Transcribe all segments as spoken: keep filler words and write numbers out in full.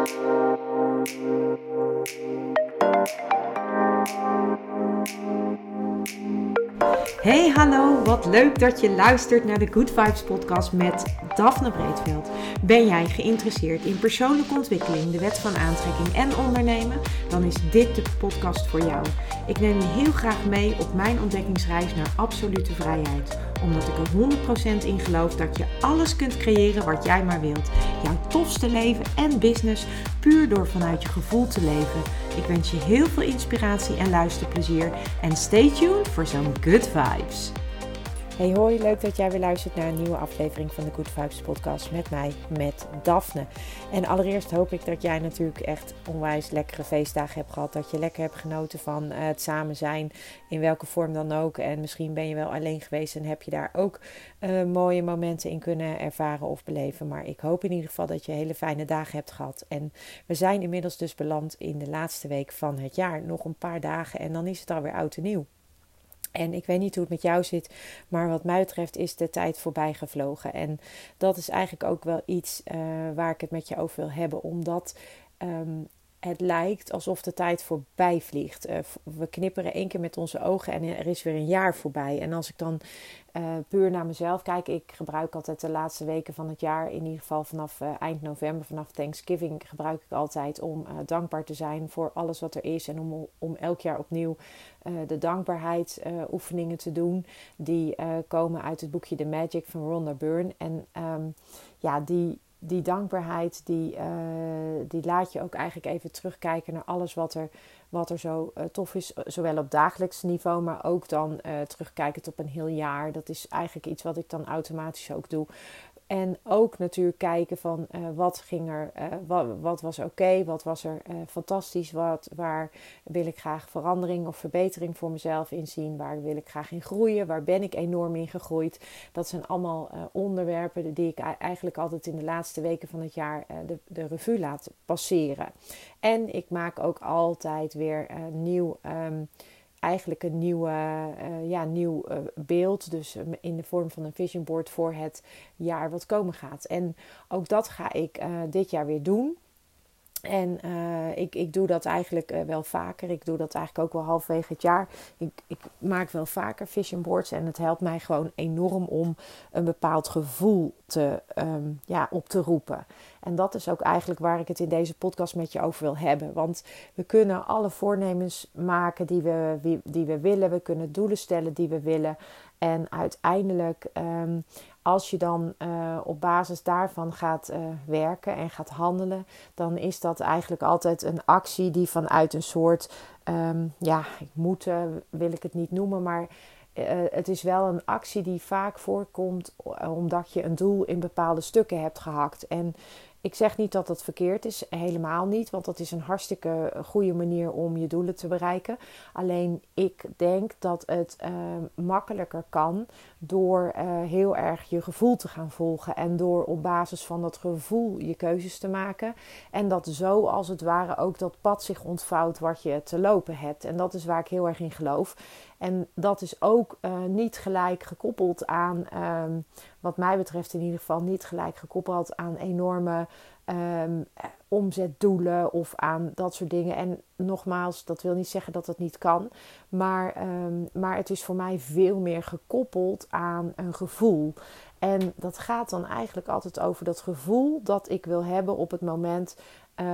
Hey, hallo, wat leuk dat je luistert naar de Good Vibes podcast met Daphne Breedveld. Ben jij geïnteresseerd in persoonlijke ontwikkeling, de wet van aantrekking en ondernemen? Dan is dit de podcast voor jou. Ik neem je heel graag mee op mijn ontdekkingsreis naar absolute vrijheid. Omdat ik er honderd procent in geloof dat je alles kunt creëren wat jij maar wilt. Jouw tofste leven en business puur door vanuit je gevoel te leven. Ik wens je heel veel inspiratie en luisterplezier. En stay tuned voor zo'n good vibes. Hey hoi, leuk dat jij weer luistert naar een nieuwe aflevering van de Good Vibes podcast met mij, met Daphne. En allereerst hoop ik dat jij natuurlijk echt onwijs lekkere feestdagen hebt gehad. Dat je lekker hebt genoten van uh, het samen zijn, in welke vorm dan ook. En misschien ben je wel alleen geweest en heb je daar ook uh, mooie momenten in kunnen ervaren of beleven. Maar ik hoop in ieder geval dat je hele fijne dagen hebt gehad. En we zijn inmiddels dus beland in de laatste week van het jaar. Nog een paar dagen en dan is het alweer oud en nieuw. En ik weet niet hoe het met jou zit, maar wat mij betreft is de tijd voorbij gevlogen. En dat is eigenlijk ook wel iets uh, waar ik het met je over wil hebben. Omdat um, het lijkt alsof de tijd voorbij vliegt. Uh, we knipperen één keer met onze ogen en er is weer een jaar voorbij. En als ik dan uh, puur naar mezelf kijk, ik gebruik altijd de laatste weken van het jaar, in ieder geval vanaf uh, eind november, vanaf Thanksgiving, gebruik ik altijd om uh, dankbaar te zijn voor alles wat er is. En om, om elk jaar opnieuw uh, de dankbaarheid uh, oefeningen te doen. Die uh, komen uit het boekje The Magic van Rhonda Byrne. En um, ja, die... Die dankbaarheid, die, uh, die laat je ook eigenlijk even terugkijken naar alles wat er, wat er zo uh, tof is. Zowel op dagelijks niveau, maar ook dan uh, terugkijkend op een heel jaar. Dat is eigenlijk iets wat ik dan automatisch ook doe. En ook natuurlijk kijken van uh, wat ging er, uh, wat, wat was oké, okay, wat was er uh, fantastisch, wat, waar wil ik graag verandering of verbetering voor mezelf in zien, waar wil ik graag in groeien, waar ben ik enorm in gegroeid. Dat zijn allemaal uh, onderwerpen die ik eigenlijk altijd in de laatste weken van het jaar uh, de, de revue laat passeren. En ik maak ook altijd weer uh, nieuw... Um, Eigenlijk een nieuwe, uh, ja, nieuw uh, beeld. Dus uh, in de vorm van een vision board voor het jaar wat komen gaat. En ook dat ga ik uh, dit jaar weer doen. En uh, ik, ik doe dat eigenlijk uh, wel vaker. Ik doe dat eigenlijk ook wel halverwege het jaar. Ik, ik maak wel vaker vision boards. En het helpt mij gewoon enorm om een bepaald gevoel te, um, ja, op te roepen. En dat is ook eigenlijk waar ik het in deze podcast met je over wil hebben. Want we kunnen alle voornemens maken die we, die we willen. We kunnen doelen stellen die we willen. En uiteindelijk, um, als je dan uh, op basis daarvan gaat uh, werken en gaat handelen, dan is dat eigenlijk altijd een actie die vanuit een soort, um, ja, ik moet, uh, wil ik het niet noemen, maar uh, het is wel een actie die vaak voorkomt omdat je een doel in bepaalde stukken hebt gehakt. En ik zeg niet dat dat verkeerd is, helemaal niet, want dat is een hartstikke goede manier om je doelen te bereiken. Alleen ik denk dat het uh, makkelijker kan door uh, heel erg je gevoel te gaan volgen en door op basis van dat gevoel je keuzes te maken. En dat zo als het ware ook dat pad zich ontvouwt wat je te lopen hebt. En dat is waar ik heel erg in geloof. En dat is ook uh, niet gelijk gekoppeld aan, um, wat mij betreft in ieder geval, niet gelijk gekoppeld aan enorme um, omzetdoelen of aan dat soort dingen. En nogmaals, dat wil niet zeggen dat het niet kan. Maar, um, maar het is voor mij veel meer gekoppeld aan een gevoel. En dat gaat dan eigenlijk altijd over dat gevoel dat ik wil hebben op het moment. Uh,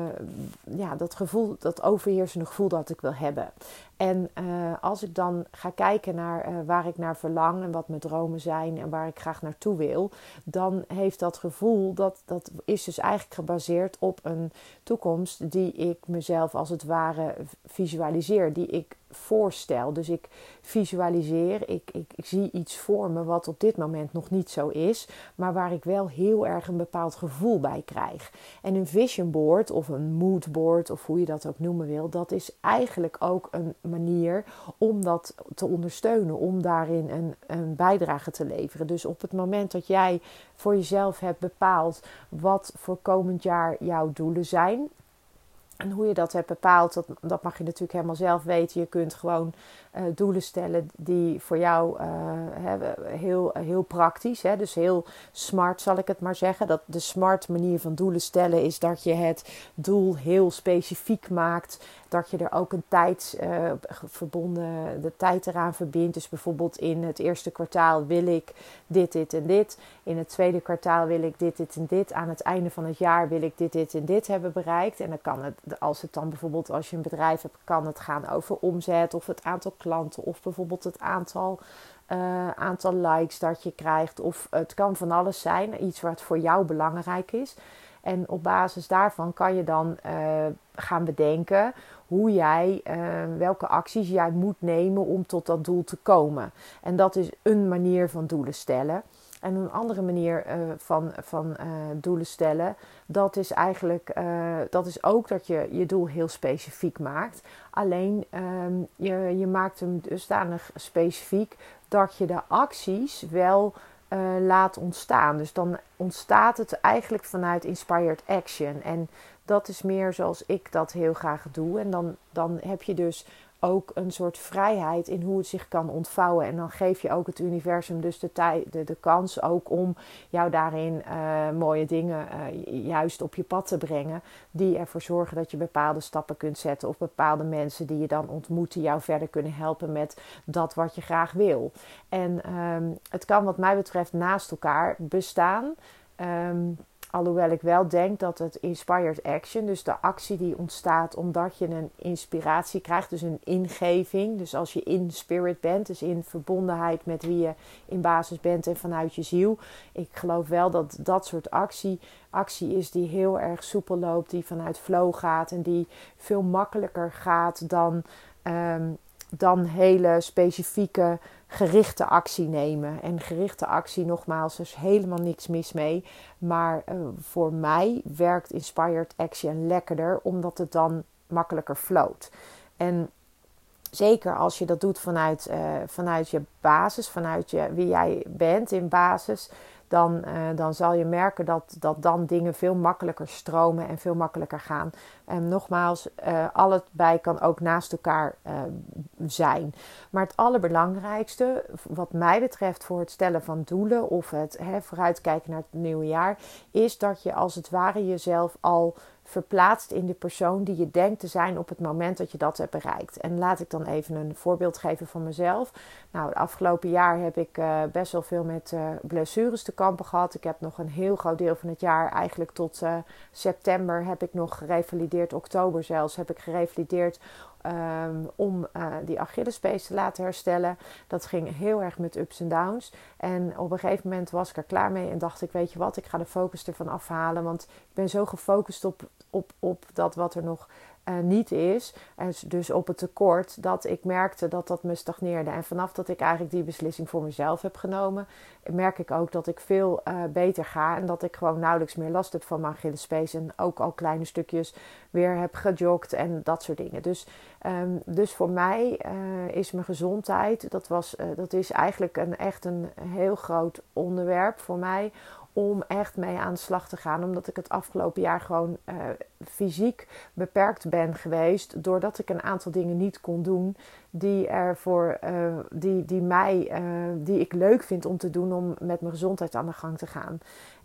ja, dat gevoel, dat overheersende gevoel dat ik wil hebben. En uh, als ik dan ga kijken naar uh, waar ik naar verlang en wat mijn dromen zijn en waar ik graag naartoe wil, dan heeft dat gevoel, dat, dat is dus eigenlijk gebaseerd op een toekomst die ik mezelf als het ware visualiseer, die ik voorstel. Dus ik visualiseer, ik, ik, ik zie iets voor me wat op dit moment nog niet zo is, maar waar ik wel heel erg een bepaald gevoel bij krijg. En een vision board of een mood board of hoe je dat ook noemen wil, dat is eigenlijk ook een manier om dat te ondersteunen, om daarin een, een bijdrage te leveren. Dus op het moment dat jij voor jezelf hebt bepaald wat voor komend jaar jouw doelen zijn, En hoe je dat hebt bepaald, dat, dat mag je natuurlijk helemaal zelf weten. Je kunt gewoon uh, doelen stellen die voor jou uh, hè, heel, heel praktisch, hè, dus heel smart zal ik het maar zeggen. Dat de smart manier van doelen stellen is dat je het doel heel specifiek maakt. Dat je er ook een tijd uh, verbonden, de tijd eraan verbindt. Dus bijvoorbeeld in het eerste kwartaal wil ik dit, dit en dit. In het tweede kwartaal wil ik dit, dit en dit. Aan het einde van het jaar wil ik dit, dit en dit hebben bereikt. En dan kan het, als het dan bijvoorbeeld als je een bedrijf hebt, kan het gaan over omzet of het aantal klanten of bijvoorbeeld het aantal, uh, aantal likes dat je krijgt. Of het kan van alles zijn, iets wat voor jou belangrijk is. En op basis daarvan kan je dan uh, gaan bedenken hoe jij, uh, welke acties jij moet nemen om tot dat doel te komen. En dat is een manier van doelen stellen. En een andere manier uh, van, van uh, doelen stellen, dat is eigenlijk, uh, dat is ook dat je je doel heel specifiek maakt. Alleen uh, je, je maakt hem dusdanig specifiek dat je de acties wel uh, laat ontstaan. Dus dan ontstaat het eigenlijk vanuit inspired action. En dat is meer zoals ik dat heel graag doe. En dan, dan heb je dus ook een soort vrijheid in hoe het zich kan ontvouwen. En dan geef je ook het universum dus de, tij- de, de kans ook om jou daarin uh, mooie dingen uh, juist op je pad te brengen. Die ervoor zorgen dat je bepaalde stappen kunt zetten. Of bepaalde mensen die je dan ontmoet die jou verder kunnen helpen met dat wat je graag wil. En um, het kan wat mij betreft naast elkaar bestaan. Um, Alhoewel ik wel denk dat het inspired action, dus de actie die ontstaat omdat je een inspiratie krijgt, dus een ingeving. Dus als je in spirit bent, dus in verbondenheid met wie je in basis bent en vanuit je ziel. Ik geloof wel dat dat soort actie, actie is die heel erg soepel loopt, die vanuit flow gaat en die veel makkelijker gaat dan, um, dan hele specifieke gerichte actie nemen. En gerichte actie, nogmaals, er is helemaal niks mis mee. Maar uh, voor mij werkt inspired action lekkerder, omdat het dan makkelijker float. En zeker als je dat doet vanuit, uh, vanuit je basis, vanuit je, wie jij bent in basis, dan, uh, dan zal je merken dat, dat dan dingen veel makkelijker stromen en veel makkelijker gaan. En nogmaals, uh, allebei kan ook naast elkaar uh, zijn. Maar het allerbelangrijkste, wat mij betreft voor het stellen van doelen of het hè, vooruitkijken naar het nieuwe jaar, is dat je als het ware jezelf al verplaatst in de persoon die je denkt te zijn op het moment dat je dat hebt bereikt. En laat ik dan even een voorbeeld geven van mezelf. Nou, het afgelopen jaar heb ik uh, best wel veel met uh, blessures te kampen gehad. Ik heb nog een heel groot deel van het jaar, eigenlijk tot uh, september, heb ik nog gerevalideerd, oktober zelfs, heb ik gerevalideerd Um, om uh, die Achillespees te laten herstellen. Dat ging heel erg met ups en downs. En op een gegeven moment was ik er klaar mee en dacht ik, weet je wat, ik ga de focus ervan afhalen. Want ik ben zo gefocust op, op, op dat wat er nog uh, niet is. En dus op het tekort, dat ik merkte dat dat me stagneerde. En vanaf dat ik eigenlijk die beslissing voor mezelf heb genomen, merk ik ook dat ik veel uh, beter ga. En dat ik gewoon nauwelijks meer last heb van mijn Achillespees. En ook al kleine stukjes weer heb gejogd en dat soort dingen. Dus Um, dus voor mij uh, is mijn gezondheid, dat, was, uh, dat is eigenlijk een, echt een heel groot onderwerp voor mij om echt mee aan de slag te gaan. Omdat ik het afgelopen jaar gewoon uh, fysiek beperkt ben geweest, doordat ik een aantal dingen niet kon doen die, er voor, uh, die, die, mij, uh, die ik leuk vind om te doen om met mijn gezondheid aan de gang te gaan.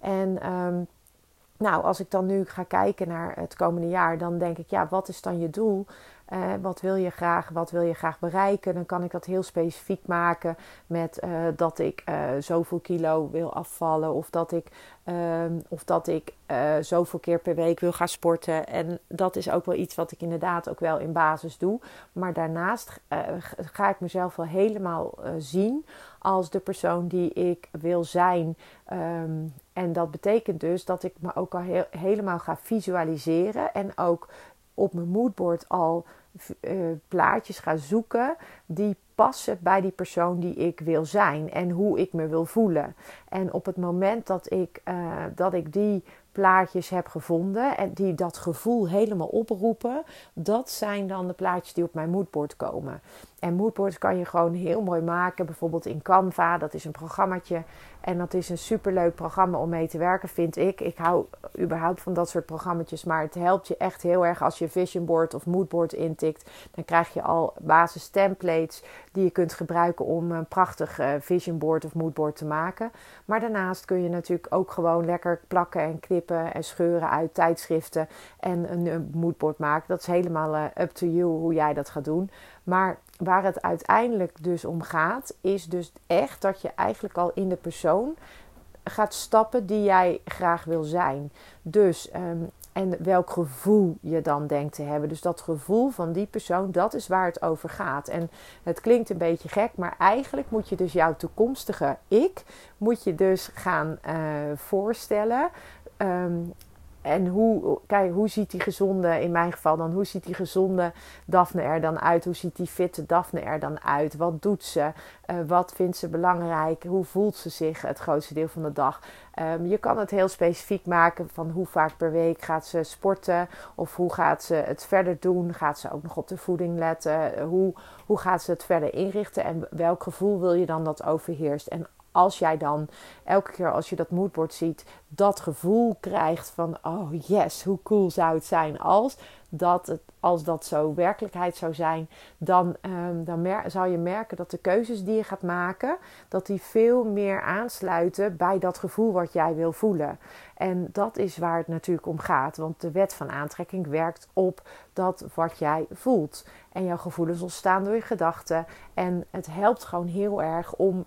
En Um, Nou, als ik dan nu ga kijken naar het komende jaar, dan denk ik, ja, wat is dan je doel? Uh, wat wil je graag, wat wil je graag bereiken? Dan kan ik dat heel specifiek maken met uh, dat ik uh, zoveel kilo wil afvallen. Of dat ik, uh, of dat ik uh, zoveel keer per week wil gaan sporten. En dat is ook wel iets wat ik inderdaad ook wel in basis doe. Maar daarnaast uh, ga ik mezelf wel helemaal uh, zien als de persoon die ik wil zijn. Um, en dat betekent dus dat ik me ook al heel, helemaal ga visualiseren. En ook op mijn moodboard al uh, plaatjes ga zoeken die passen bij die persoon die ik wil zijn. En hoe ik me wil voelen. En op het moment dat ik, uh, dat ik die plaatjes heb gevonden en die dat gevoel helemaal oproepen, dat zijn dan de plaatjes die op mijn moodboard komen. En moodboards kan je gewoon heel mooi maken. Bijvoorbeeld in Canva, dat is een programmaatje. En dat is een superleuk programma om mee te werken, vind ik. Ik hou überhaupt van dat soort programmaatjes. Maar het helpt je echt heel erg als je vision board of moodboard intikt. Dan krijg je al basis templates die je kunt gebruiken om een prachtig uh, vision board of moodboard te maken. Maar daarnaast kun je natuurlijk ook gewoon lekker plakken en knippen en scheuren uit tijdschriften. En een, een moodboard maken. Dat is helemaal uh, up to you hoe jij dat gaat doen. Maar waar het uiteindelijk dus om gaat, is dus echt dat je eigenlijk al in de persoon gaat stappen die jij graag wil zijn. Dus, um, en welk gevoel je dan denkt te hebben. Dus dat gevoel van die persoon, dat is waar het over gaat. En het klinkt een beetje gek, maar eigenlijk moet je dus jouw toekomstige ik, moet je dus gaan uh, voorstellen. Um, En hoe, kijk, hoe ziet die gezonde, in mijn geval dan, hoe ziet die gezonde Daphne er dan uit? Hoe ziet die fitte Daphne er dan uit? Wat doet ze? Uh, wat vindt ze belangrijk? Hoe voelt ze zich het grootste deel van de dag? Um, je kan het heel specifiek maken van hoe vaak per week gaat ze sporten? Of hoe gaat ze het verder doen? Gaat ze ook nog op de voeding letten? Hoe, hoe gaat ze het verder inrichten? En welk gevoel wil je dan dat overheerst? En als jij dan elke keer als je dat moodboard ziet, dat gevoel krijgt van, oh yes, hoe cool zou het zijn als dat, het, als dat zo werkelijkheid zou zijn, dan, um, dan mer- zal je merken dat de keuzes die je gaat maken, dat die veel meer aansluiten bij dat gevoel wat jij wil voelen. En dat is waar het natuurlijk om gaat, want de wet van aantrekking werkt op dat wat jij voelt. En jouw gevoelens ontstaan door je gedachten. En het helpt gewoon heel erg om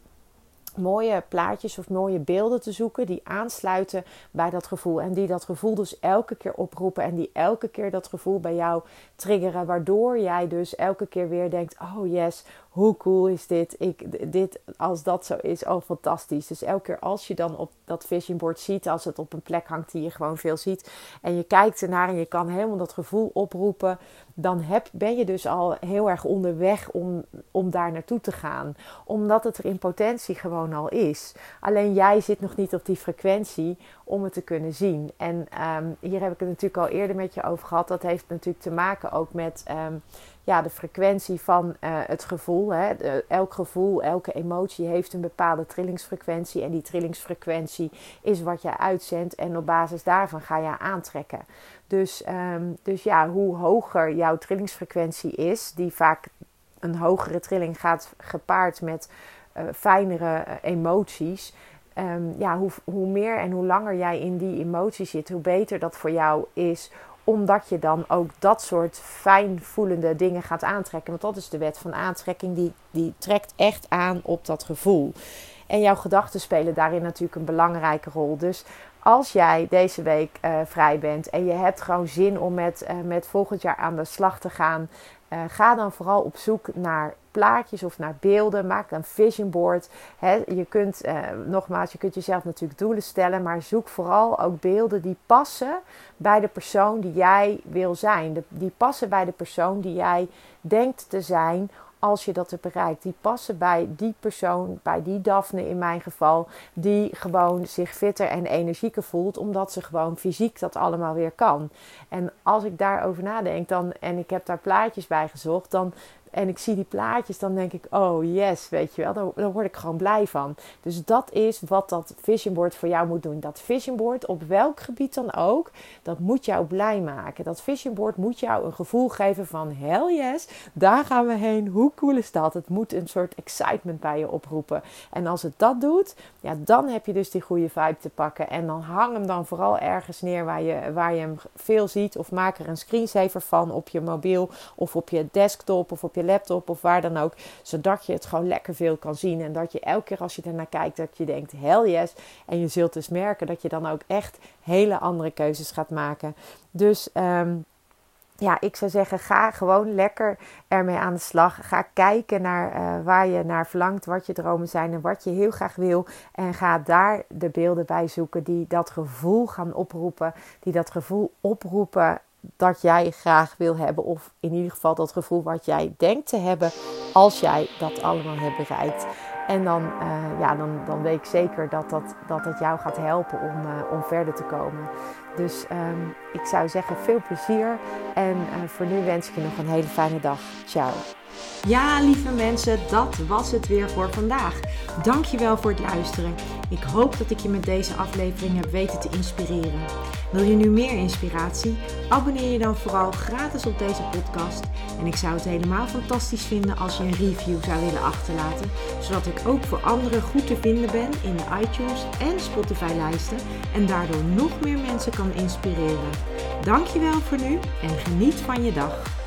mooie plaatjes of mooie beelden te zoeken die aansluiten bij dat gevoel. En die dat gevoel dus elke keer oproepen en die elke keer dat gevoel bij jou triggeren. Waardoor jij dus elke keer weer denkt, oh yes, hoe cool is dit? Ik, dit als dat zo is, oh fantastisch. Dus elke keer als je dan op dat vision board ziet, als het op een plek hangt die je gewoon veel ziet. En je kijkt ernaar en je kan helemaal dat gevoel oproepen. Dan heb, ben je dus al heel erg onderweg om, om daar naartoe te gaan. Omdat het er in potentie gewoon al is. Alleen jij zit nog niet op die frequentie om het te kunnen zien. En um, hier heb ik het natuurlijk al eerder met je over gehad. Dat heeft natuurlijk te maken ook met um, ja, de frequentie van uh, het gevoel. Hè. De, elk gevoel, elke emotie heeft een bepaalde trillingsfrequentie. En die trillingsfrequentie is wat je uitzendt. En op basis daarvan ga je aantrekken. Dus, um, dus ja, hoe hoger jouw trillingsfrequentie is, die vaak een hogere trilling gaat gepaard met uh, fijnere uh, emoties. Um, ja, hoe, hoe meer en hoe langer jij in die emotie zit, hoe beter dat voor jou is. Omdat je dan ook dat soort fijn voelende dingen gaat aantrekken. Want dat is de wet van aantrekking, die, die trekt echt aan op dat gevoel. En jouw gedachten spelen daarin natuurlijk een belangrijke rol. Dus als jij deze week uh, vrij bent en je hebt gewoon zin om met, uh, met volgend jaar aan de slag te gaan, uh, ga dan vooral op zoek naar plaatjes of naar beelden. Maak een vision board. He, je kunt, uh, nogmaals, je kunt jezelf natuurlijk doelen stellen, maar zoek vooral ook beelden die passen bij de persoon die jij wil zijn. De, die passen bij de persoon die jij denkt te zijn als je dat hebt bereikt. Die passen bij die persoon, bij die Daphne in mijn geval, die gewoon zich fitter en energieker voelt, omdat ze gewoon fysiek dat allemaal weer kan. En als ik daarover nadenk, dan, en ik heb daar plaatjes bij gezocht, dan en ik zie die plaatjes, dan denk ik, oh yes, weet je wel, daar, daar word ik gewoon blij van. Dus dat is wat dat vision board voor jou moet doen. Dat vision board, op welk gebied dan ook, dat moet jou blij maken. Dat vision board moet jou een gevoel geven van, hell yes, daar gaan we heen. Hoe cool is dat? Het moet een soort excitement bij je oproepen. En als het dat doet, ja, dan heb je dus die goede vibe te pakken. En dan hang hem dan vooral ergens neer waar je, waar je hem veel ziet. Of maak er een screensaver van op je mobiel of op je desktop of op je laptop of waar dan ook, zodat je het gewoon lekker veel kan zien en dat je elke keer als je ernaar kijkt, dat je denkt, hell yes, en je zult dus merken dat je dan ook echt hele andere keuzes gaat maken. Dus um, ja, ik zou zeggen, ga gewoon lekker ermee aan de slag. Ga kijken naar uh, waar je naar verlangt, wat je dromen zijn en wat je heel graag wil. En ga daar de beelden bij zoeken die dat gevoel gaan oproepen, die dat gevoel oproepen dat jij graag wil hebben. Of in ieder geval dat gevoel wat jij denkt te hebben als jij dat allemaal hebt bereikt. En dan, uh, ja, dan, dan weet ik zeker dat, dat, dat het jou gaat helpen om, uh, om verder te komen. Dus um, ik zou zeggen, veel plezier. En uh, voor nu wens ik je nog een hele fijne dag. Ciao. Ja, lieve mensen, dat was het weer voor vandaag. Dankjewel voor het luisteren. Ik hoop dat ik je met deze aflevering heb weten te inspireren. Wil je nu meer inspiratie? Abonneer je dan vooral gratis op deze podcast. En ik zou het helemaal fantastisch vinden als je een review zou willen achterlaten, zodat ik ook voor anderen goed te vinden ben in de iTunes en Spotify lijsten en daardoor nog meer mensen kan inspireren. Dankjewel voor nu en geniet van je dag.